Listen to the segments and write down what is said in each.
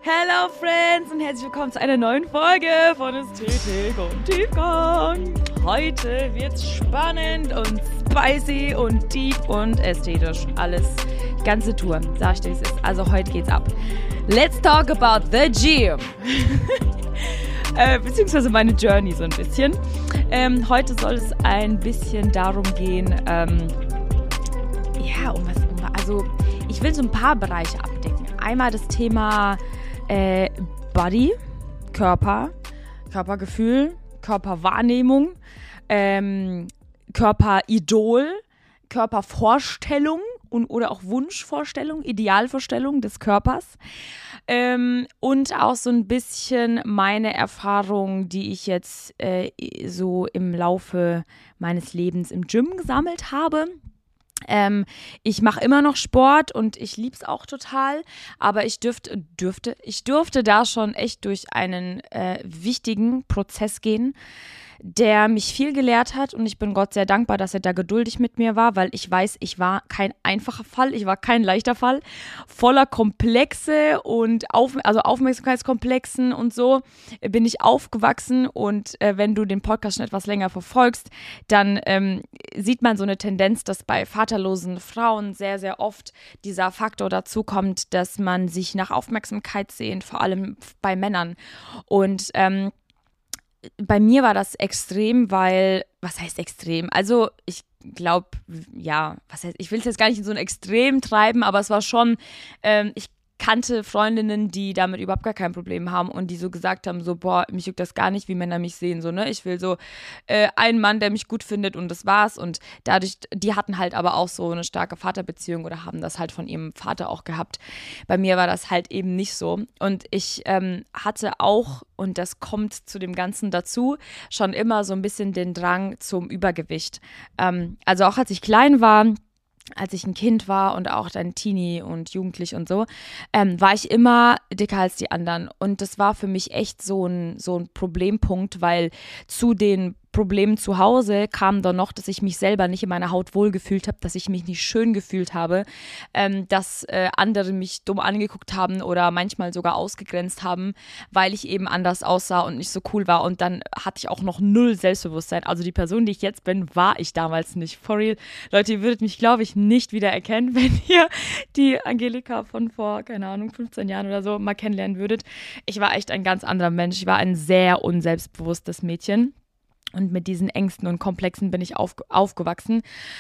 Hello Friends und herzlich willkommen zu einer neuen Folge von Ästhetik und Tiefgang. Heute wird's spannend und spicy und deep und ästhetisch. Alles, ganze Tour, sag ich dir, wie es ist. Also heute geht's ab. Let's talk about the gym. Beziehungsweise meine Journey so ein bisschen. Heute soll es ein bisschen darum gehen, also ich will so ein paar Bereiche abdecken. Einmal das Thema Body, Körper, Körpergefühl, Körperwahrnehmung, Körperidol, Körpervorstellung oder auch Wunschvorstellung, Idealvorstellung des Körpers und auch so ein bisschen meine Erfahrungen, die ich jetzt so im Laufe meines Lebens im Gym gesammelt habe. Ich mache immer noch Sport und ich liebe es auch total, aber ich durfte da schon echt durch einen wichtigen Prozess gehen, der mich viel gelehrt hat, und ich bin Gott sehr dankbar, dass er da geduldig mit mir war, weil ich weiß, ich war kein einfacher Fall, ich war kein leichter Fall, voller Komplexe und Aufmerksamkeitskomplexen und so bin ich aufgewachsen, und wenn du den Podcast schon etwas länger verfolgst, dann sieht man so eine Tendenz, dass bei vaterlosen Frauen sehr, sehr oft dieser Faktor dazu kommt, dass man sich nach Aufmerksamkeit sehnt, vor allem bei Männern, und bei mir war das extrem, weil, was heißt extrem? Also ich glaube, ja, ich will es jetzt gar nicht in so ein Extrem treiben, aber es war schon, ich kannte Freundinnen, die damit überhaupt gar kein Problem haben und die so gesagt haben, so, boah, mich juckt das gar nicht, wie Männer mich sehen, so, ne, ich will so einen Mann, der mich gut findet, und das war's, und dadurch, die hatten halt aber auch so eine starke Vaterbeziehung oder haben das halt von ihrem Vater auch gehabt. Bei mir war das halt eben nicht so, und ich hatte auch, und das kommt zu dem Ganzen dazu, schon immer so ein bisschen den Drang zum Übergewicht. Also auch als ich klein war, als ich ein Kind war und auch dann Teenie und Jugendlich und so, war ich immer dicker als die anderen. Und das war für mich echt so ein Problempunkt, weil zu den Problemen zu Hause kam dann noch, dass ich mich selber nicht in meiner Haut wohlgefühlt habe, dass ich mich nicht schön gefühlt habe, dass andere mich dumm angeguckt haben oder manchmal sogar ausgegrenzt haben, weil ich eben anders aussah und nicht so cool war, und dann hatte ich auch noch null Selbstbewusstsein. Also die Person, die ich jetzt bin, war ich damals nicht. For real. Leute, ihr würdet mich, glaube ich, nicht wiedererkennen, wenn ihr die Angelika von vor, keine Ahnung, 15 Jahren oder so mal kennenlernen würdet. Ich war echt ein ganz anderer Mensch. Ich war ein sehr unselbstbewusstes Mädchen. Und mit diesen Ängsten und Komplexen bin ich aufgewachsen.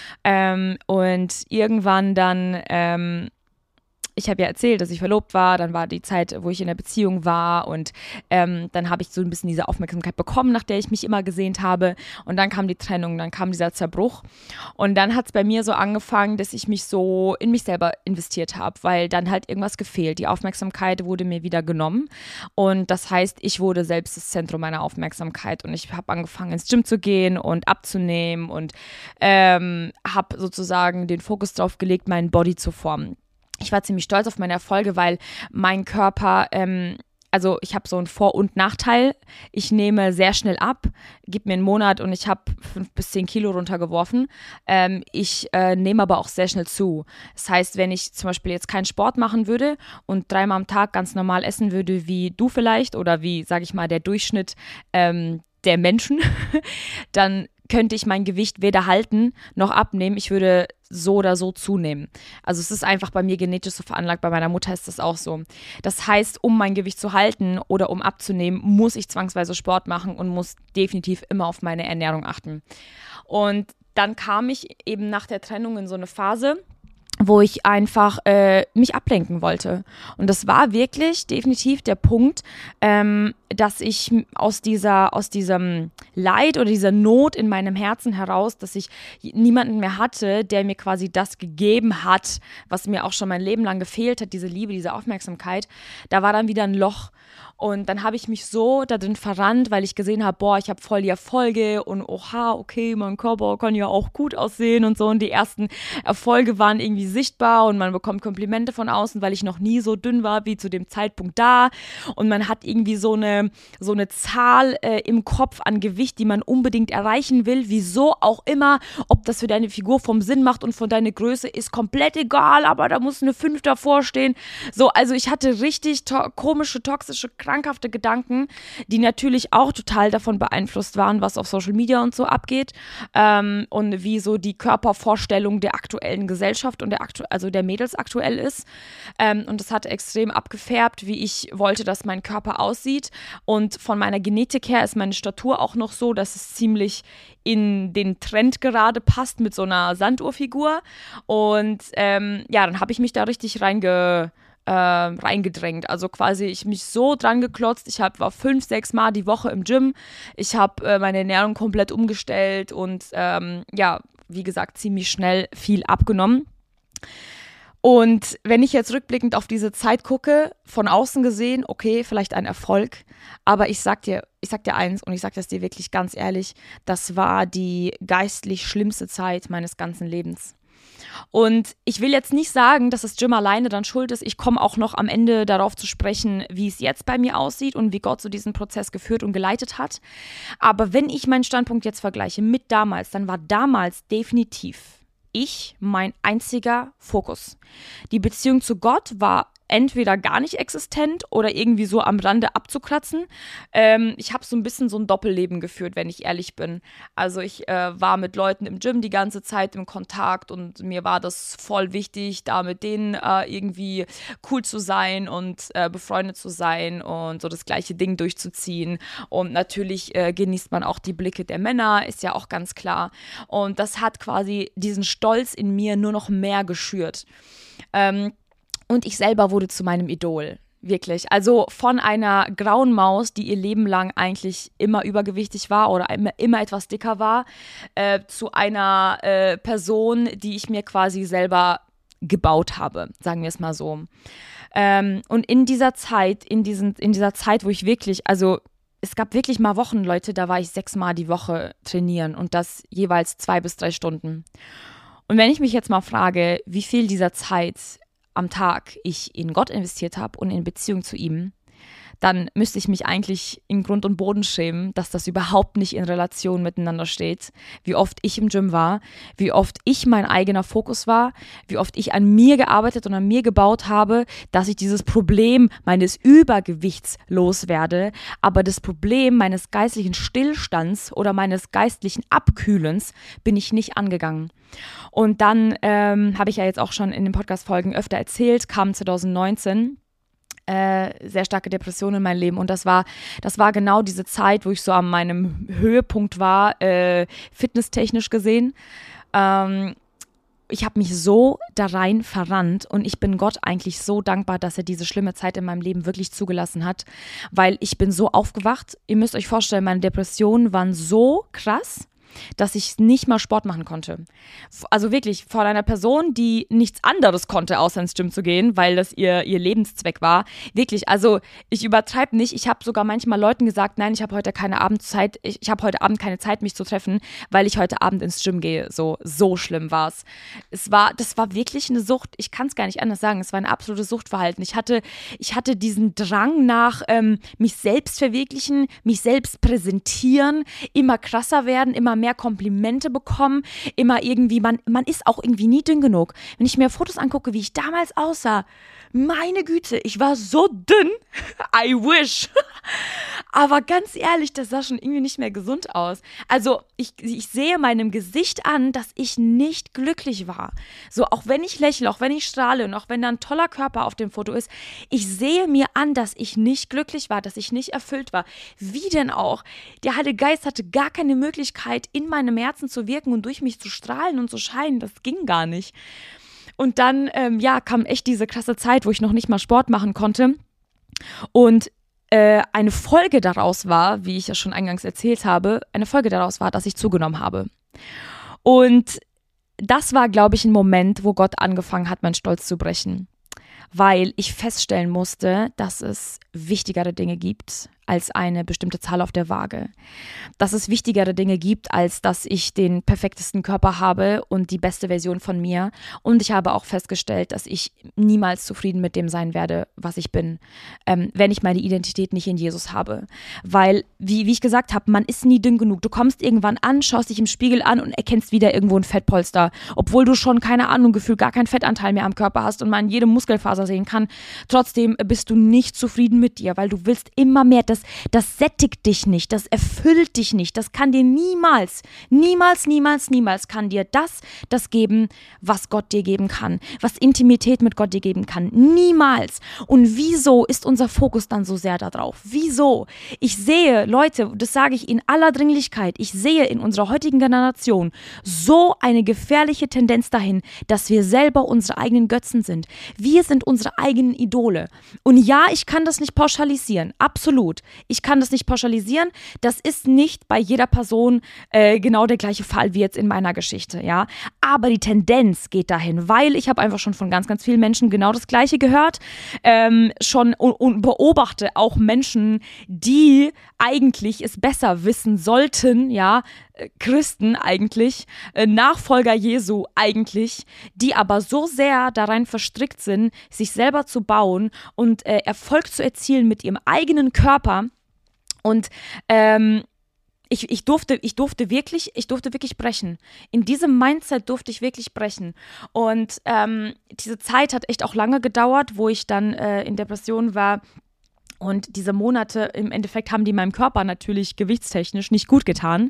Und irgendwann dann, ich habe ja erzählt, dass ich verlobt war, dann war die Zeit, wo ich in der Beziehung war, und dann habe ich so ein bisschen diese Aufmerksamkeit bekommen, nach der ich mich immer gesehnt habe, und dann kam die Trennung, dann kam dieser Zerbruch, und dann hat es bei mir so angefangen, dass ich mich so in mich selber investiert habe, weil dann halt irgendwas gefehlt, die Aufmerksamkeit wurde mir wieder genommen, und das heißt, ich wurde selbst das Zentrum meiner Aufmerksamkeit, und ich habe angefangen ins Gym zu gehen und abzunehmen und habe sozusagen den Fokus drauf gelegt, meinen Body zu formen. Ich war ziemlich stolz auf meine Erfolge, weil mein Körper, also ich habe so einen Vor- und Nachteil. Ich nehme sehr schnell ab, gib mir einen Monat und ich habe 5 bis 10 Kilo runtergeworfen. Ich nehme aber auch sehr schnell zu. Das heißt, wenn ich zum Beispiel jetzt keinen Sport machen würde und 3-mal am Tag ganz normal essen würde, wie du vielleicht oder wie, sage ich mal, der Durchschnitt der Menschen, dann könnte ich mein Gewicht weder halten noch abnehmen. Ich würde so oder so zunehmen. Also es ist einfach bei mir genetisch so veranlagt, bei meiner Mutter ist das auch so. Das heißt, um mein Gewicht zu halten oder um abzunehmen, muss ich zwangsweise Sport machen und muss definitiv immer auf meine Ernährung achten. Und dann kam ich eben nach der Trennung in so eine Phase, wo ich einfach mich ablenken wollte. Und das war wirklich definitiv der Punkt, dass ich aus diesem Leid oder dieser Not in meinem Herzen heraus, dass ich niemanden mehr hatte, der mir quasi das gegeben hat, was mir auch schon mein Leben lang gefehlt hat, diese Liebe, diese Aufmerksamkeit, da war dann wieder ein Loch. Und dann habe ich mich so da drin verrannt, weil ich gesehen habe, boah, ich habe voll die Erfolge und oha, okay, mein Körper kann ja auch gut aussehen und so. Und die ersten Erfolge waren irgendwie irgendwie sichtbar und man bekommt Komplimente von außen, weil ich noch nie so dünn war wie zu dem Zeitpunkt da. Und man hat irgendwie so eine Zahl im Kopf an Gewicht, die man unbedingt erreichen will. Wieso auch immer, ob das für deine Figur vom Sinn macht und von deiner Größe, ist komplett egal, aber da muss eine 5 davor stehen. So, also ich hatte richtig komische, toxische, krankhafte Gedanken, die natürlich auch total davon beeinflusst waren, was auf Social Media und so abgeht, und wie so die Körpervorstellung der aktuellen Gesellschaft und der Mädels aktuell ist. Und das hat extrem abgefärbt, wie ich wollte, dass mein Körper aussieht. Und von meiner Genetik her ist meine Statur auch noch so, dass es ziemlich in den Trend gerade passt mit so einer Sanduhrfigur. Und dann habe ich mich da richtig reingedrängt. Also quasi ich mich so dran geklotzt. Ich war 5-6 Mal die Woche im Gym. Ich habe meine Ernährung komplett umgestellt und wie gesagt, ziemlich schnell viel abgenommen. Und wenn ich jetzt rückblickend auf diese Zeit gucke, von außen gesehen, okay, vielleicht ein Erfolg, aber ich sag dir eins und ich sag das dir wirklich ganz ehrlich, das war die geistlich schlimmste Zeit meines ganzen Lebens. Und ich will jetzt nicht sagen, dass das Gym alleine dann schuld ist. Ich komme auch noch am Ende darauf zu sprechen, wie es jetzt bei mir aussieht und wie Gott so diesen Prozess geführt und geleitet hat. Aber wenn ich meinen Standpunkt jetzt vergleiche mit damals, dann war damals definitiv mein einziger Fokus. Die Beziehung zu Gott war entweder gar nicht existent oder irgendwie so am Rande abzukratzen. Ich habe so ein bisschen so ein Doppelleben geführt, wenn ich ehrlich bin. Also ich war mit Leuten im Gym die ganze Zeit im Kontakt und mir war das voll wichtig, da mit denen irgendwie cool zu sein und befreundet zu sein und so das gleiche Ding durchzuziehen. Und natürlich genießt man auch die Blicke der Männer, ist ja auch ganz klar. Und das hat quasi diesen Stolz in mir nur noch mehr geschürt. Und ich selber wurde zu meinem Idol, wirklich. Also von einer grauen Maus, die ihr Leben lang eigentlich immer übergewichtig war oder immer etwas dicker war, zu einer Person, die ich mir quasi selber gebaut habe, sagen wir es mal so. Und in dieser Zeit, wo ich wirklich, also es gab wirklich mal Wochen, Leute, da war ich 6 Mal die Woche trainieren und das jeweils 2 bis 3 Stunden. Und wenn ich mich jetzt mal frage, wie viel dieser Zeit am Tag ich in Gott investiert habe und in Beziehung zu ihm, dann müsste ich mich eigentlich in Grund und Boden schämen, dass das überhaupt nicht in Relation miteinander steht. Wie oft ich im Gym war, wie oft ich mein eigener Fokus war, wie oft ich an mir gearbeitet und an mir gebaut habe, dass ich dieses Problem meines Übergewichts loswerde, aber das Problem meines geistlichen Stillstands oder meines geistlichen Abkühlens bin ich nicht angegangen. Und dann habe ich ja jetzt auch schon in den Podcast-Folgen öfter erzählt, kam 2019 sehr starke Depression in mein Leben und das war genau diese Zeit, wo ich so an meinem Höhepunkt war, fitnesstechnisch gesehen. Ich habe mich so da rein verrannt und ich bin Gott eigentlich so dankbar, dass er diese schlimme Zeit in meinem Leben wirklich zugelassen hat, weil ich bin so aufgewacht. Ihr müsst euch vorstellen, meine Depressionen waren so krass, dass ich nicht mal Sport machen konnte. Also wirklich von einer Person, die nichts anderes konnte, außer ins Gym zu gehen, weil das ihr Lebenszweck war. Wirklich, also ich übertreibe nicht. Ich habe sogar manchmal Leuten gesagt, nein, ich habe heute keine Abendzeit, ich habe heute Abend keine Zeit, mich zu treffen, weil ich heute Abend ins Gym gehe. So schlimm war es. Das war wirklich eine Sucht. Ich kann es gar nicht anders sagen. Es war ein absolutes Suchtverhalten. Ich hatte diesen Drang nach mich selbst verwirklichen, mich selbst präsentieren, immer krasser werden, immer mehr Komplimente bekommen, immer irgendwie, man ist auch irgendwie nie dünn genug. Wenn ich mir Fotos angucke, wie ich damals aussah, meine Güte, ich war so dünn, I wish. Aber ganz ehrlich, das sah schon irgendwie nicht mehr gesund aus. Also ich sehe meinem Gesicht an, dass ich nicht glücklich war. So, auch wenn ich lächle, auch wenn ich strahle und auch wenn da ein toller Körper auf dem Foto ist, ich sehe mir an, dass ich nicht glücklich war, dass ich nicht erfüllt war. Wie denn auch? Der Heilige Geist hatte gar keine Möglichkeit, in meinem Herzen zu wirken und durch mich zu strahlen und zu scheinen. Das ging gar nicht. Und dann, kam echt diese krasse Zeit, wo ich noch nicht mal Sport machen konnte. Und eine Folge daraus war, wie ich ja schon eingangs erzählt habe, dass ich zugenommen habe. Und das war, glaube ich, ein Moment, wo Gott angefangen hat, meinen Stolz zu brechen. Weil ich feststellen musste, dass es wichtigere Dinge gibt als eine bestimmte Zahl auf der Waage. Dass es wichtigere Dinge gibt, als dass ich den perfektesten Körper habe und die beste Version von mir. Und ich habe auch festgestellt, dass ich niemals zufrieden mit dem sein werde, was ich bin, wenn ich meine Identität nicht in Jesus habe. Weil, wie ich gesagt habe, man ist nie dünn genug. Du kommst irgendwann an, schaust dich im Spiegel an und erkennst wieder irgendwo ein Fettpolster. Obwohl du schon, keine Ahnung, gefühlt gar keinen Fettanteil mehr am Körper hast und man jede Muskelfaser sehen kann. Trotzdem bist du nicht zufrieden mit dir, weil du willst immer mehr. Das sättigt dich nicht, das erfüllt dich nicht. Das kann dir niemals kann dir das geben, was Gott dir geben kann, was Intimität mit Gott dir geben kann. Niemals. Und wieso ist unser Fokus dann so sehr darauf? Wieso? Ich sehe, Leute, das sage ich in aller Dringlichkeit, ich sehe in unserer heutigen Generation so eine gefährliche Tendenz dahin, dass wir selber unsere eigenen Götzen sind. Wir sind unsere eigenen Idole. Und ja, ich kann das nicht pauschalisieren. Absolut. Ich kann das nicht pauschalisieren. Das ist nicht bei jeder Person genau der gleiche Fall wie jetzt in meiner Geschichte, ja. Aber die Tendenz geht dahin, weil ich habe einfach schon von ganz, ganz vielen Menschen genau das Gleiche gehört, schon und beobachte auch Menschen, die eigentlich es besser wissen sollten, ja, Christen eigentlich, Nachfolger Jesu eigentlich, die aber so sehr darein verstrickt sind, sich selber zu bauen und Erfolg zu erzielen mit ihrem eigenen Körper. Und ich durfte wirklich brechen. In diesem Mindset durfte ich wirklich brechen. Und diese Zeit hat echt auch lange gedauert, wo ich dann in Depression war. Und diese Monate, im Endeffekt haben die meinem Körper natürlich gewichtstechnisch nicht gut getan,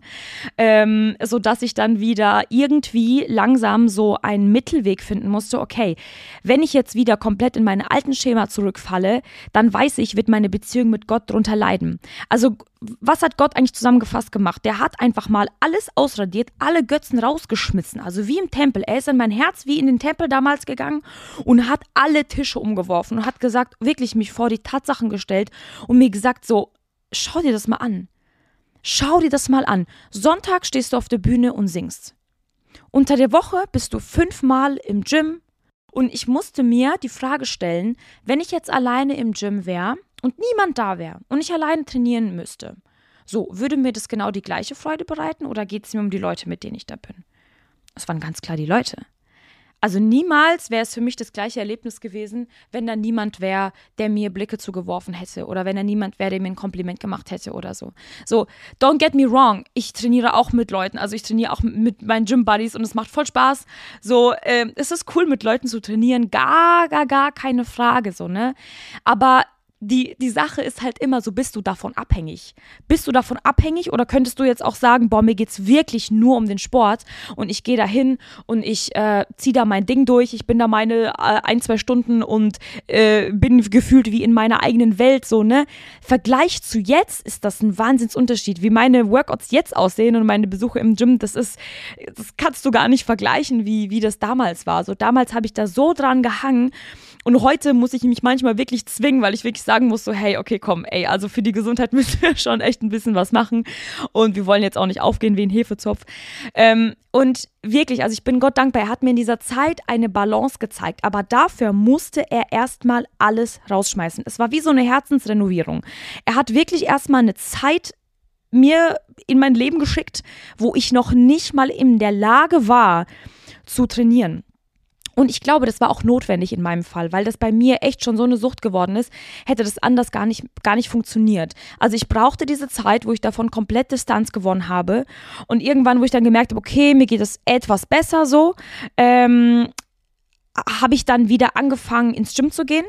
sodass ich dann wieder irgendwie langsam so einen Mittelweg finden musste. Okay, wenn ich jetzt wieder komplett in meine alten Schema zurückfalle, dann weiß ich, wird meine Beziehung mit Gott drunter leiden. Also was hat Gott eigentlich zusammengefasst gemacht? Der hat einfach mal alles ausradiert, alle Götzen rausgeschmissen, also wie im Tempel. Er ist in mein Herz wie in den Tempel damals gegangen und hat alle Tische umgeworfen und hat gesagt, wirklich mich vor die Tatsachen gestellt und mir gesagt so, schau dir das mal an. Schau dir das mal an. Sonntag stehst du auf der Bühne und singst. Unter der Woche bist du 5-mal im Gym und ich musste mir die Frage stellen, wenn ich jetzt alleine im Gym wäre und niemand da wäre und ich alleine trainieren müsste, so, würde mir das genau die gleiche Freude bereiten oder geht es mir um die Leute, mit denen ich da bin? Es waren ganz klar die Leute. Also niemals wäre es für mich das gleiche Erlebnis gewesen, wenn da niemand wäre, der mir Blicke zugeworfen hätte oder wenn da niemand wäre, der mir ein Kompliment gemacht hätte oder so. So, don't get me wrong, ich trainiere auch mit Leuten, also ich trainiere auch mit meinen Gym-Buddies und es macht voll Spaß. So, es ist cool, mit Leuten zu trainieren, gar keine Frage, so, ne? Aber die Sache ist halt immer so, bist du davon abhängig? Bist du davon abhängig oder könntest du jetzt auch sagen, boah, mir geht's wirklich nur um den Sport und ich gehe da hin und ich ziehe da mein Ding durch, ich bin da meine 1-2 Stunden und bin gefühlt wie in meiner eigenen Welt, so, ne? Vergleich zu jetzt ist das ein Wahnsinnsunterschied, wie meine Workouts jetzt aussehen und meine Besuche im Gym, das kannst du gar nicht vergleichen, wie das damals war. So, damals habe ich da so dran gehangen. Und heute muss ich mich manchmal wirklich zwingen, weil ich wirklich sagen muss, so hey, okay, komm, ey, also für die Gesundheit müssen wir schon echt ein bisschen was machen und wir wollen jetzt auch nicht aufgehen wie ein Hefezopf. Und wirklich, also ich bin Gott dankbar, er hat mir in dieser Zeit eine Balance gezeigt, aber dafür musste er erstmal alles rausschmeißen. Es war wie so eine Herzensrenovierung. Er hat wirklich erstmal eine Zeit mir in mein Leben geschickt, wo ich noch nicht mal in der Lage war zu trainieren. Und ich glaube, das war auch notwendig in meinem Fall, weil das bei mir echt schon so eine Sucht geworden ist, hätte das anders gar nicht funktioniert. Also ich brauchte diese Zeit, wo ich davon komplett Distanz gewonnen habe und irgendwann, wo ich dann gemerkt habe, okay, mir geht es etwas besser so, habe ich dann wieder angefangen, ins Gym zu gehen.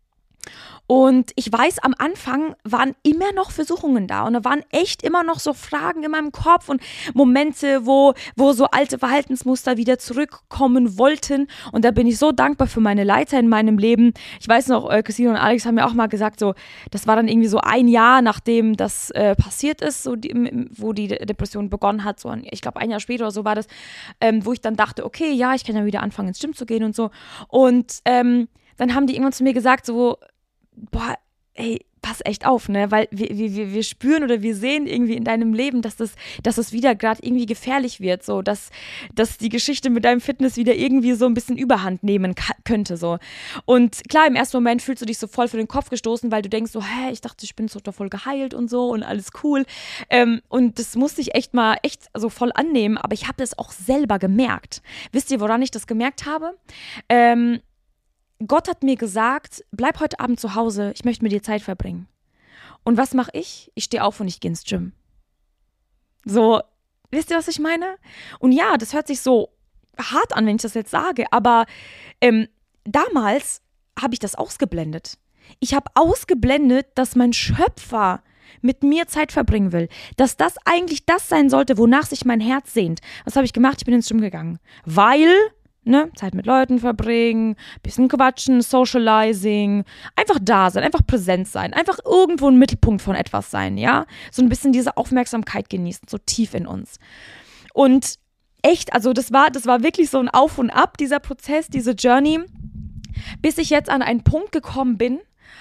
Und ich weiß, am Anfang waren immer noch Versuchungen da und da waren echt immer noch so Fragen in meinem Kopf und Momente, wo so alte Verhaltensmuster wieder zurückkommen wollten und da bin ich so dankbar für meine Leiter in meinem Leben. Ich weiß noch, Christine und Alex haben mir auch mal gesagt, so, das war dann irgendwie so ein Jahr, nachdem das passiert ist, so wo die Depression begonnen hat, so ich glaube 1 Jahr später oder so war das, wo ich dann dachte, okay, ja, ich kann ja wieder anfangen ins Gym zu gehen und so und dann haben die irgendwann zu mir gesagt, so, boah, ey, pass echt auf, ne? Weil wir spüren oder wir sehen irgendwie in deinem Leben, dass das wieder gerade irgendwie gefährlich wird, so, dass die Geschichte mit deinem Fitness wieder irgendwie so ein bisschen Überhand nehmen könnte, so. Und klar, im ersten Moment fühlst du dich so voll vor den Kopf gestoßen, weil du denkst so, hä, ich dachte, ich bin so voll geheilt und so und alles cool. Und das musste ich echt so voll annehmen, aber ich habe das auch selber gemerkt. Wisst ihr, woran ich das gemerkt habe? Gott hat mir gesagt, bleib heute Abend zu Hause, ich möchte mit dir Zeit verbringen. Und was mache ich? Ich stehe auf und ich gehe ins Gym. So, wisst ihr, was ich meine? Und ja, das hört sich so hart an, wenn ich das jetzt sage, aber damals habe ich das ausgeblendet. Ich habe ausgeblendet, dass mein Schöpfer mit mir Zeit verbringen will. Dass das eigentlich das sein sollte, wonach sich mein Herz sehnt. Was habe ich gemacht? Ich bin ins Gym gegangen. Weil... Ne, Zeit mit Leuten verbringen, bisschen quatschen, Socializing, einfach da sein, einfach präsent sein, einfach irgendwo ein Mittelpunkt von etwas sein, ja? So ein bisschen diese Aufmerksamkeit genießen, so tief in uns. Und echt, also das war wirklich so ein Auf und Ab, dieser Prozess, diese Journey, bis ich jetzt an einen Punkt gekommen bin,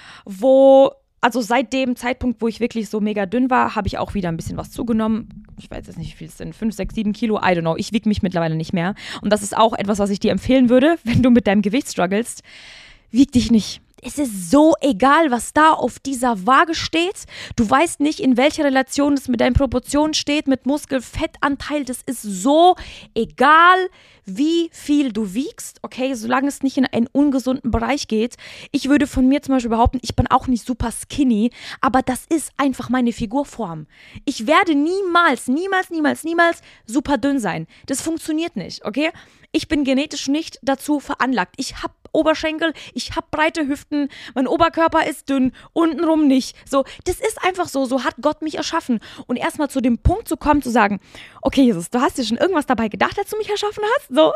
also seit dem Zeitpunkt, wo ich wirklich so mega dünn war, habe ich auch wieder ein bisschen was zugenommen. Ich weiß jetzt nicht, wie viel es sind, 5, 6, 7 Kilo, I don't know. Ich wiege mich mittlerweile nicht mehr. Und das ist auch etwas, was ich dir empfehlen würde, wenn du mit deinem Gewicht strugglest. Wieg dich nicht. Es ist so egal, was da auf dieser Waage steht. Du weißt nicht, in welcher Relation es mit deinen Proportionen steht, mit Muskel-Fettanteil. Das ist so egal, wie viel du wiegst, okay, solange es nicht in einen ungesunden Bereich geht. Ich würde von mir zum Beispiel behaupten, ich bin auch nicht super skinny, aber das ist einfach meine Figurform. Ich werde niemals super dünn sein. Das funktioniert nicht, okay? Ich bin genetisch nicht dazu veranlagt. Ich habe Oberschenkel, ich habe breite Hüften, mein Oberkörper ist dünn, untenrum nicht. So, das ist einfach so hat Gott mich erschaffen. Und erstmal zu dem Punkt zu kommen, zu sagen, okay, Jesus, du hast dir schon irgendwas dabei gedacht, als du mich erschaffen hast, so.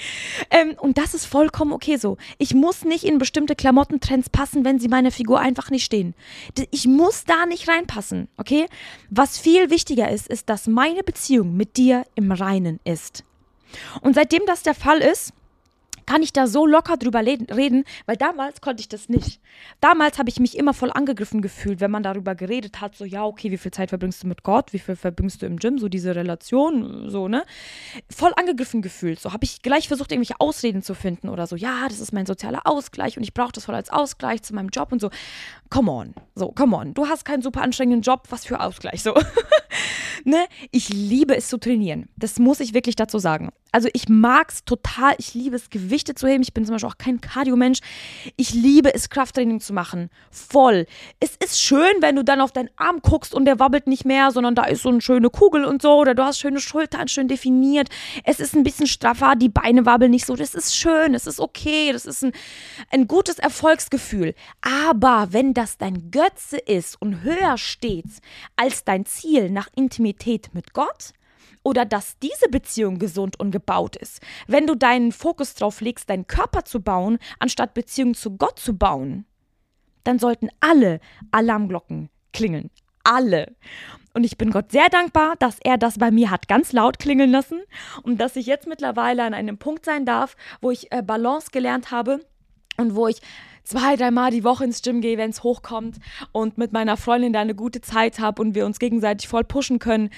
Und das ist vollkommen okay so. Ich muss nicht in bestimmte Klamottentrends passen, wenn sie meiner Figur einfach nicht stehen. Ich muss da nicht reinpassen, okay? Was viel wichtiger ist, ist, dass meine Beziehung mit dir im Reinen ist. Und seitdem das der Fall ist, kann ich da so locker drüber reden, weil damals konnte ich das nicht. Damals habe ich mich immer voll angegriffen gefühlt, wenn man darüber geredet hat, so ja, okay, wie viel Zeit verbringst du mit Gott, wie viel verbringst du im Gym, so diese Relation, so, ne? Voll angegriffen gefühlt, so habe ich gleich versucht, irgendwelche Ausreden zu finden oder so, ja, das ist mein sozialer Ausgleich und ich brauche das voll als Ausgleich zu meinem Job und so. Come on, du hast keinen super anstrengenden Job, was für Ausgleich, so. Ne? Ich liebe es zu trainieren, das muss ich wirklich dazu sagen. Also ich mag es total, ich liebe es, Gewichte zu heben. Ich bin zum Beispiel auch kein Cardio-Mensch. Ich liebe es, Krafttraining zu machen. Voll. Es ist schön, wenn du dann auf deinen Arm guckst und der wabbelt nicht mehr, sondern da ist so eine schöne Kugel und so. Oder du hast schöne Schultern, schön definiert. Es ist ein bisschen straffer, die Beine wabbeln nicht so. Das ist schön, das ist okay. Das ist ein gutes Erfolgsgefühl. Aber wenn das dein Götze ist und höher steht als dein Ziel nach Intimität mit Gott, oder dass diese Beziehung gesund und gebaut ist. Wenn du deinen Fokus drauf legst, deinen Körper zu bauen, anstatt Beziehung zu Gott zu bauen, dann sollten alle Alarmglocken klingeln. Alle. Und ich bin Gott sehr dankbar, dass er das bei mir hat ganz laut klingeln lassen und dass ich jetzt mittlerweile an einem Punkt sein darf, wo ich Balance gelernt habe und wo ich 2-3 Mal die Woche ins Gym gehe, wenn es hochkommt und mit meiner Freundin da eine gute Zeit habe und wir uns gegenseitig voll pushen können,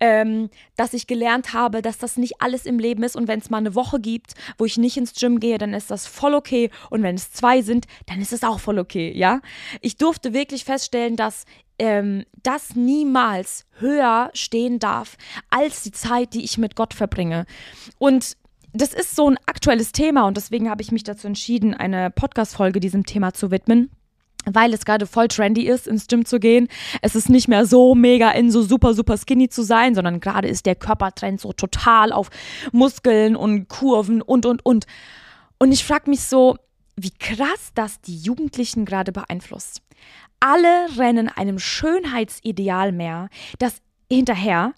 dass ich gelernt habe, dass das nicht alles im Leben ist und wenn es mal eine Woche gibt, wo ich nicht ins Gym gehe, dann ist das voll okay und wenn es 2 sind, dann ist es auch voll okay, ja. Ich durfte wirklich feststellen, dass das niemals höher stehen darf als die Zeit, die ich mit Gott verbringe. Und das ist so ein aktuelles Thema und deswegen habe ich mich dazu entschieden, eine Podcast-Folge diesem Thema zu widmen, weil es gerade voll trendy ist, ins Gym zu gehen. Es ist nicht mehr so mega in so super, super skinny zu sein, sondern gerade ist der Körpertrend so total auf Muskeln und Kurven und. Und ich frage mich so, wie krass das die Jugendlichen gerade beeinflusst. Alle rennen einem Schönheitsideal mehr, das hinterher,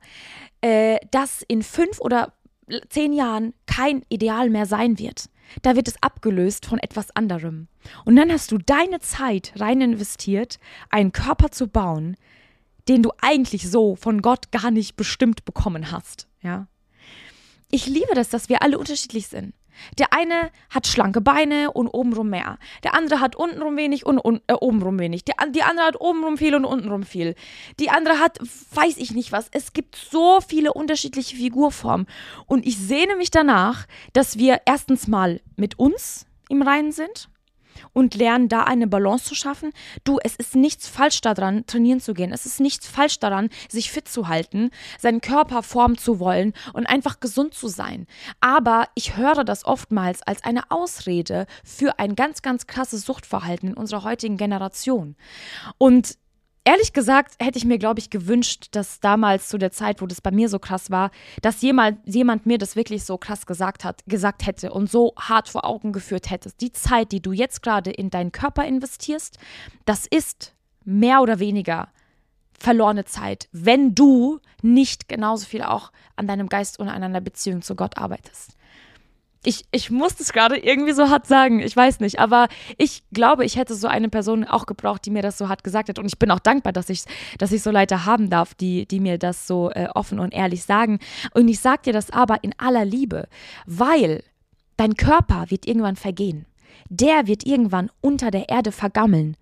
das in 5 oder 10 Jahren kein Ideal mehr sein wird. Da wird es abgelöst von etwas anderem. Und dann hast du deine Zeit rein investiert, einen Körper zu bauen, den du eigentlich so von Gott gar nicht bestimmt bekommen hast. Ja? Ich liebe das, dass wir alle unterschiedlich sind. Der eine hat schlanke Beine und obenrum mehr. Der andere hat untenrum wenig und obenrum wenig. Die andere hat obenrum viel und untenrum viel. Die andere hat, weiß ich nicht was. Es gibt so viele unterschiedliche Figurformen. Und ich sehne mich danach, dass wir erstens mal mit uns im Reinen sind und lernen, da eine Balance zu schaffen. Du, es ist nichts falsch daran, trainieren zu gehen. Es ist nichts falsch daran, sich fit zu halten, seinen Körper formen zu wollen und einfach gesund zu sein. Aber ich höre das oftmals als eine Ausrede für ein ganz, ganz krasses Suchtverhalten in unserer heutigen Generation. Und ehrlich gesagt hätte ich mir, glaube ich, gewünscht, dass damals zu der Zeit, wo das bei mir so krass war, dass jemand mir das wirklich so krass gesagt hätte und so hart vor Augen geführt hätte. Die Zeit, die du jetzt gerade in deinen Körper investierst, das ist mehr oder weniger verlorene Zeit, wenn du nicht genauso viel auch an deinem Geist und an einer Beziehung zu Gott arbeitest. Ich muss das gerade irgendwie so hart sagen, ich weiß nicht, aber ich glaube, ich hätte so eine Person auch gebraucht, die mir das so hart gesagt hat und ich bin auch dankbar, dass ich so Leute haben darf, die mir das so offen und ehrlich sagen und ich sage dir das aber in aller Liebe, weil dein Körper wird irgendwann vergehen, der wird irgendwann unter der Erde vergammeln.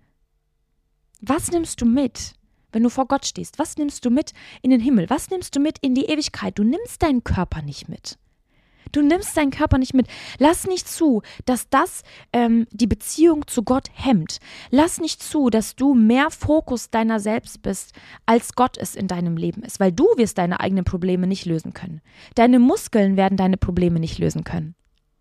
Was nimmst du mit, wenn du vor Gott stehst? Was nimmst du mit in den Himmel? Was nimmst du mit in die Ewigkeit? Du nimmst deinen Körper nicht mit. Du nimmst deinen Körper nicht mit. Lass nicht zu, dass das die Beziehung zu Gott hemmt. Lass nicht zu, dass du mehr Fokus deiner selbst bist, als Gott es in deinem Leben ist. Weil du wirst deine eigenen Probleme nicht lösen können. Deine Muskeln werden deine Probleme nicht lösen können.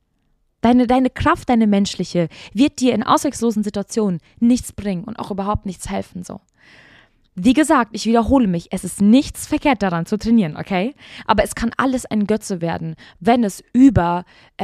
Deine Kraft, deine menschliche, wird dir in ausweglosen Situationen nichts bringen und auch überhaupt nichts helfen. So. Wie gesagt, ich wiederhole mich, es ist nichts verkehrt daran zu trainieren, okay? Aber es kann alles ein Götze werden, wenn es über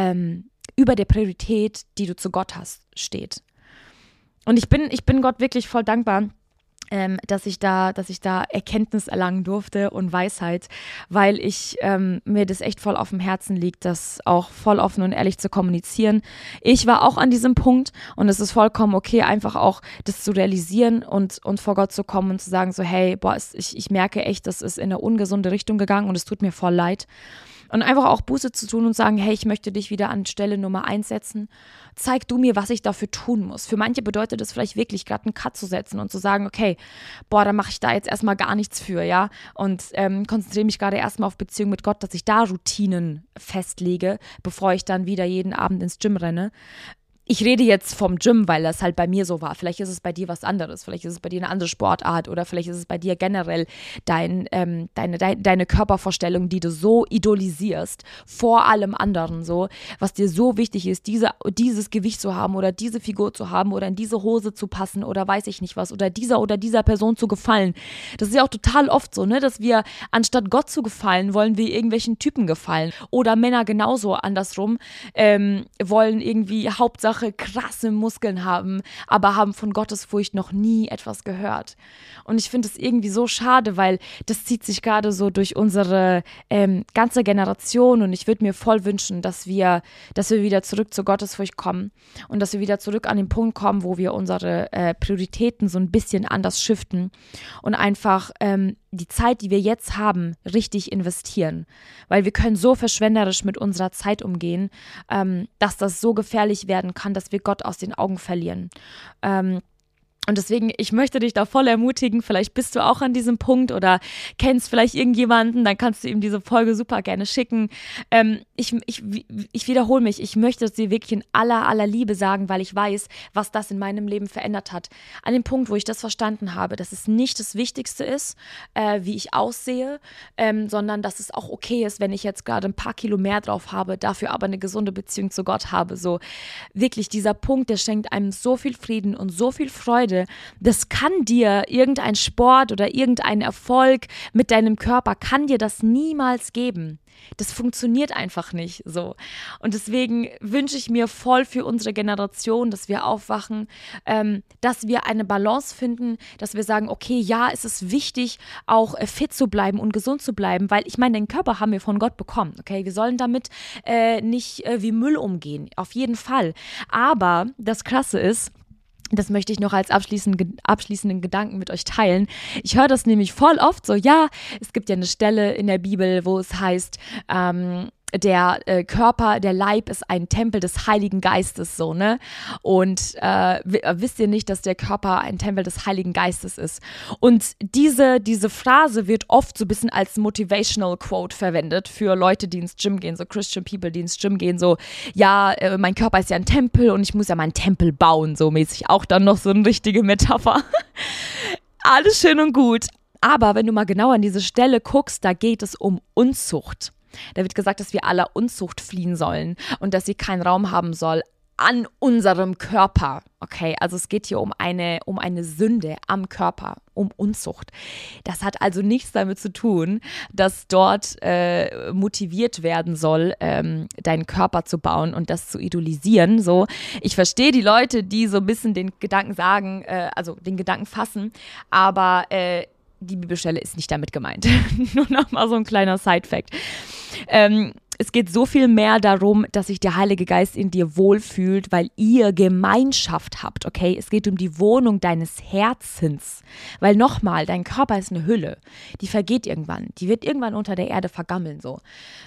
der Priorität, die du zu Gott hast, steht. Und ich bin Gott wirklich voll dankbar, dass ich da Erkenntnis erlangen durfte und Weisheit, weil mir das echt voll auf dem Herzen liegt, das auch voll offen und ehrlich zu kommunizieren. Ich war auch an diesem Punkt und es ist vollkommen okay, einfach auch das zu realisieren und vor Gott zu kommen und zu sagen so, hey, ich merke echt, das ist in eine ungesunde Richtung gegangen und es tut mir voll leid. Und einfach auch Buße zu tun und sagen, hey, ich möchte dich wieder an Stelle Nummer 1 setzen. Zeig du mir, was ich dafür tun muss. Für manche bedeutet es vielleicht wirklich, gerade einen Cut zu setzen und zu sagen, okay, dann mache ich da jetzt erstmal gar nichts für, ja. Und konzentriere mich gerade erstmal auf Beziehung mit Gott, dass ich da Routinen festlege, bevor ich dann wieder jeden Abend ins Gym renne. Ich rede jetzt vom Gym, weil das halt bei mir so war. Vielleicht ist es bei dir was anderes. Vielleicht ist es bei dir eine andere Sportart oder vielleicht ist es bei dir generell deine Körpervorstellung, die du so idolisierst, vor allem anderen so, was dir so wichtig ist, dieses Gewicht zu haben oder diese Figur zu haben oder in diese Hose zu passen oder weiß ich nicht was oder dieser Person zu gefallen. Das ist ja auch total oft so, ne, dass wir anstatt Gott zu gefallen, wollen wir irgendwelchen Typen gefallen oder Männer genauso andersrum, wollen irgendwie Hauptsache krasse Muskeln haben, aber haben von Gottesfurcht noch nie etwas gehört. Und ich finde es irgendwie so schade, weil das zieht sich gerade so durch unsere ganze Generation und ich würde mir voll wünschen, dass wir wieder zurück zur Gottesfurcht kommen und dass wir wieder zurück an den Punkt kommen, wo wir unsere Prioritäten so ein bisschen anders shiften und einfach die Zeit, die wir jetzt haben, richtig investieren. Weil wir können so verschwenderisch mit unserer Zeit umgehen, dass das so gefährlich werden kann, dass wir Gott aus den Augen verlieren. Und deswegen, ich möchte dich da voll ermutigen, vielleicht bist du auch an diesem Punkt oder kennst vielleicht irgendjemanden, dann kannst du ihm diese Folge super gerne schicken. Ich wiederhole mich, ich möchte es dir wirklich in aller Liebe sagen, weil ich weiß, was das in meinem Leben verändert hat. An dem Punkt, wo ich das verstanden habe, dass es nicht das Wichtigste ist, wie ich aussehe, sondern dass es auch okay ist, wenn ich jetzt gerade ein paar Kilo mehr drauf habe, dafür aber eine gesunde Beziehung zu Gott habe. So wirklich dieser Punkt, der schenkt einem so viel Frieden und so viel Freude. Das kann dir irgendein Sport oder irgendein Erfolg mit deinem Körper, kann dir das niemals geben. Das funktioniert einfach nicht so. Und deswegen wünsche ich mir voll für unsere Generation, dass wir aufwachen, dass wir eine Balance finden, dass wir sagen, okay, ja, es ist wichtig, auch fit zu bleiben und gesund zu bleiben, weil ich meine, den Körper haben wir von Gott bekommen, okay? Wir sollen damit nicht wie Müll umgehen, auf jeden Fall. Aber das Krasse ist, das möchte ich noch als abschließenden Gedanken mit euch teilen. Ich höre das nämlich voll oft so, ja, es gibt ja eine Stelle in der Bibel, wo es heißt, der Körper, der Leib ist ein Tempel des Heiligen Geistes, so, ne? Und wisst ihr nicht, dass der Körper ein Tempel des Heiligen Geistes ist? Und diese Phrase wird oft so ein bisschen als Motivational Quote verwendet für Leute, die ins Gym gehen, so Christian People, die ins Gym gehen, so, ja, mein Körper ist ja ein Tempel und ich muss ja meinen Tempel bauen, so mäßig. Auch dann noch so eine richtige Metapher. Alles schön und gut. Aber wenn du mal genau an diese Stelle guckst, da geht es um Unzucht. Da wird gesagt, dass wir aller Unzucht fliehen sollen und dass sie keinen Raum haben soll an unserem Körper. Okay, also es geht hier um eine Sünde am Körper, um Unzucht. Das hat also nichts damit zu tun, dass dort motiviert werden soll, deinen Körper zu bauen und das zu idolisieren. So, ich verstehe die Leute, die so ein bisschen den Gedanken sagen, also den Gedanken fassen, aber die Bibelstelle ist nicht damit gemeint. Nur noch mal so ein kleiner Side-Fact. Es geht so viel mehr darum, dass sich der Heilige Geist in dir wohlfühlt, weil ihr Gemeinschaft habt, okay? Es geht um die Wohnung deines Herzens. Weil nochmal, dein Körper ist eine Hülle. Die vergeht irgendwann. Die wird irgendwann unter der Erde vergammeln, so.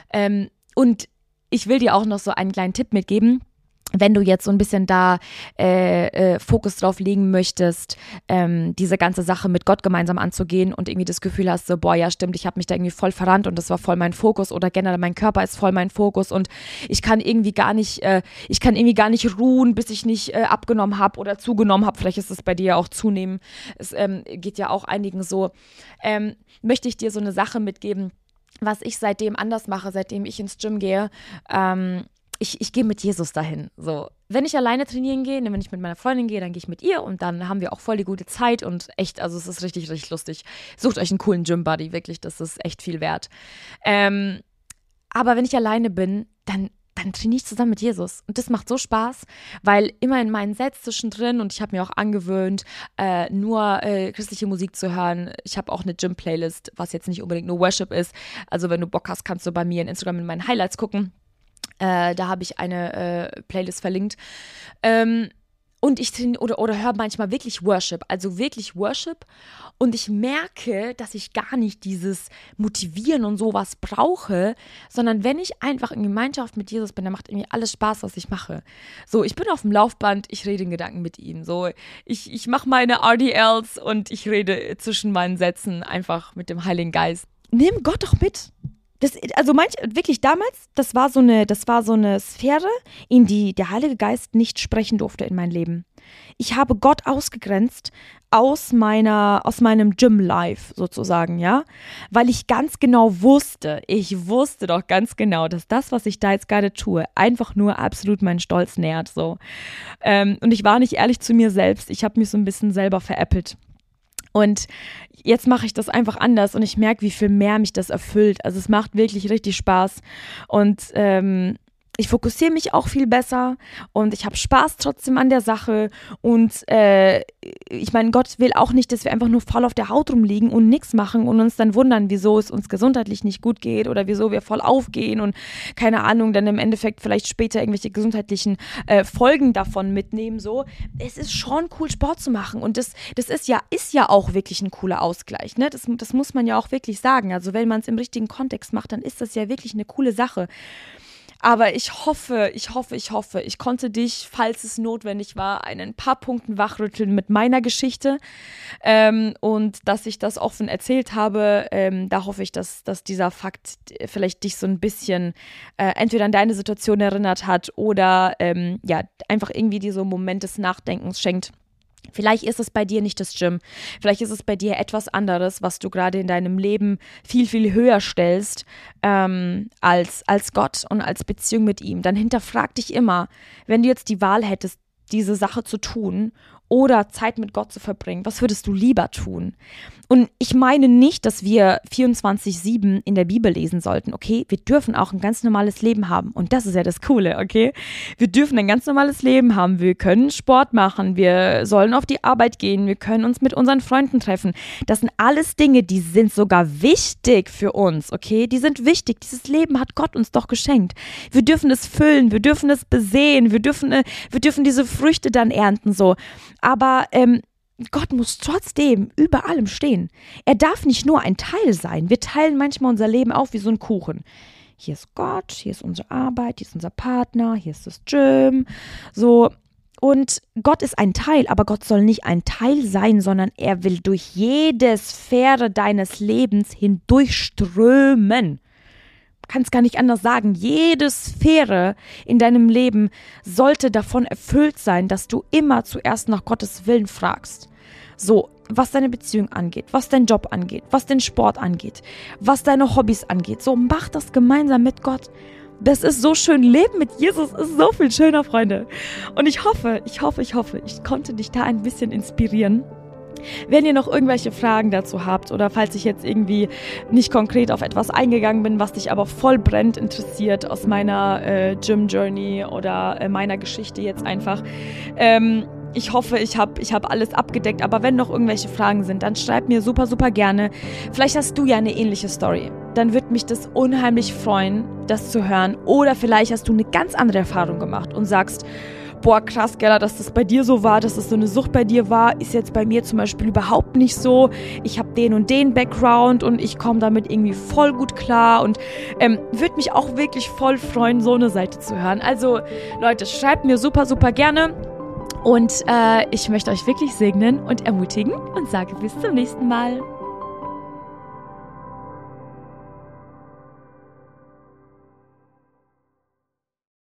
Und ich will dir auch noch so einen kleinen Tipp mitgeben. Wenn du jetzt so ein bisschen da Fokus drauf legen möchtest, diese ganze Sache mit Gott gemeinsam anzugehen und irgendwie das Gefühl hast, so, boah, ja stimmt, ich habe mich da irgendwie voll verrannt und das war voll mein Fokus oder generell mein Körper ist voll mein Fokus und ich kann irgendwie gar nicht ruhen, bis ich nicht abgenommen habe oder zugenommen habe. Vielleicht ist es bei dir ja auch zunehmen. Es geht ja auch einigen so. Möchte ich dir so eine Sache mitgeben, was ich seitdem anders mache, seitdem ich ins Gym gehe. Ich gehe mit Jesus dahin. So, wenn ich alleine trainieren gehe, wenn ich mit meiner Freundin gehe, dann gehe ich mit ihr und dann haben wir auch voll die gute Zeit und echt, also es ist richtig, richtig lustig. Sucht euch einen coolen Gym-Buddy, wirklich, das ist echt viel wert. Aber wenn ich alleine bin, dann trainiere ich zusammen mit Jesus. Und das macht so Spaß, weil immer in meinen Sets zwischendrin und ich habe mir auch angewöhnt, nur christliche Musik zu hören. Ich habe auch eine Gym-Playlist, was jetzt nicht unbedingt nur Worship ist. Also wenn du Bock hast, kannst du bei mir in Instagram in meinen Highlights gucken. Da habe ich eine Playlist verlinkt. Und ich oder höre manchmal wirklich Worship, also wirklich Worship. Und ich merke, dass ich gar nicht dieses Motivieren und sowas brauche, sondern wenn ich einfach in Gemeinschaft mit Jesus bin, dann macht irgendwie alles Spaß, was ich mache. So, ich bin auf dem Laufband, ich rede in Gedanken mit ihm. So, ich mache meine RDLs und ich rede zwischen meinen Sätzen einfach mit dem Heiligen Geist. Nimm Gott doch mit. Wirklich damals, das war so eine Sphäre, in die der Heilige Geist nicht sprechen durfte in mein Leben. Ich habe Gott ausgegrenzt aus meinem Gym-Life sozusagen, ja, weil ich ganz genau wusste doch ganz genau, dass das, was ich da jetzt gerade tue, einfach nur absolut meinen Stolz nährt, so. Und ich war nicht ehrlich zu mir selbst, ich habe mich so ein bisschen selber veräppelt. Und jetzt mache ich das einfach anders und ich merke, wie viel mehr mich das erfüllt. Also es macht wirklich richtig Spaß und ich fokussiere mich auch viel besser und ich habe Spaß trotzdem an der Sache und ich meine, Gott will auch nicht, dass wir einfach nur voll auf der Haut rumliegen und nichts machen und uns dann wundern, wieso es uns gesundheitlich nicht gut geht oder wieso wir voll aufgehen und keine Ahnung, dann im Endeffekt vielleicht später irgendwelche gesundheitlichen Folgen davon mitnehmen. So, es ist schon cool, Sport zu machen und das ist ja auch wirklich ein cooler Ausgleich. Ne? Das muss man ja auch wirklich sagen. Also wenn man es im richtigen Kontext macht, dann ist das ja wirklich eine coole Sache. Aber ich hoffe, ich konnte dich, falls es notwendig war, ein paar Punkten wachrütteln mit meiner Geschichte und dass ich das offen erzählt habe. Da hoffe ich, dass dieser Fakt vielleicht dich so ein bisschen entweder an deine Situation erinnert hat oder einfach irgendwie dir so einen Moment des Nachdenkens schenkt. Vielleicht ist es bei dir nicht das Gym, vielleicht ist es bei dir etwas anderes, was du gerade in deinem Leben viel, viel höher stellst als Gott und als Beziehung mit ihm. Dann hinterfrag dich immer, wenn du jetzt die Wahl hättest, diese Sache zu tun oder Zeit mit Gott zu verbringen, was würdest du lieber tun? Und ich meine nicht, dass wir 24/7 in der Bibel lesen sollten, okay? Wir dürfen auch ein ganz normales Leben haben und das ist ja das Coole, okay? Wir dürfen ein ganz normales Leben haben, wir können Sport machen, wir sollen auf die Arbeit gehen, wir können uns mit unseren Freunden treffen. Das sind alles Dinge, die sind sogar wichtig für uns, okay? Die sind wichtig, dieses Leben hat Gott uns doch geschenkt. Wir dürfen es füllen, wir dürfen es besehen, wir dürfen diese Früchte dann ernten, so. Aber Gott muss trotzdem über allem stehen. Er darf nicht nur ein Teil sein. Wir teilen manchmal unser Leben auf wie so ein Kuchen. hier ist Gott, hier ist unsere Arbeit, hier ist unser Partner, hier ist das Gym, so. Und Gott ist ein Teil, aber Gott soll nicht ein Teil sein, sondern er will durch jede Sphäre deines Lebens hindurchströmen. Kannst gar nicht anders sagen. Jede Sphäre in deinem Leben sollte davon erfüllt sein, dass du immer zuerst nach Gottes Willen fragst. So, was deine Beziehung angeht, was dein Job angeht, was den Sport angeht, was deine Hobbys angeht. So, mach das gemeinsam mit Gott. Das ist so schön. Leben mit Jesus ist so viel schöner, Freunde. Und ich hoffe, ich konnte dich da ein bisschen inspirieren. Wenn ihr noch irgendwelche Fragen dazu habt oder falls ich jetzt irgendwie nicht konkret auf etwas eingegangen bin, was dich aber voll brennend interessiert aus meiner Gym-Journey oder meiner Geschichte jetzt einfach, ich hoffe, ich hab alles abgedeckt, aber wenn noch irgendwelche Fragen sind, dann schreib mir super, super gerne. Vielleicht hast du ja eine ähnliche Story. Dann würde mich das unheimlich freuen, das zu hören. Oder vielleicht hast du eine ganz andere Erfahrung gemacht und sagst, boah, krass, Gella, dass das bei dir so war, dass das so eine Sucht bei dir war, ist jetzt bei mir zum Beispiel überhaupt nicht so. Ich habe den und den Background und ich komme damit irgendwie voll gut klar und würde mich auch wirklich voll freuen, so eine Seite zu hören. Also Leute, schreibt mir super, super gerne und ich möchte euch wirklich segnen und ermutigen und sage bis zum nächsten Mal.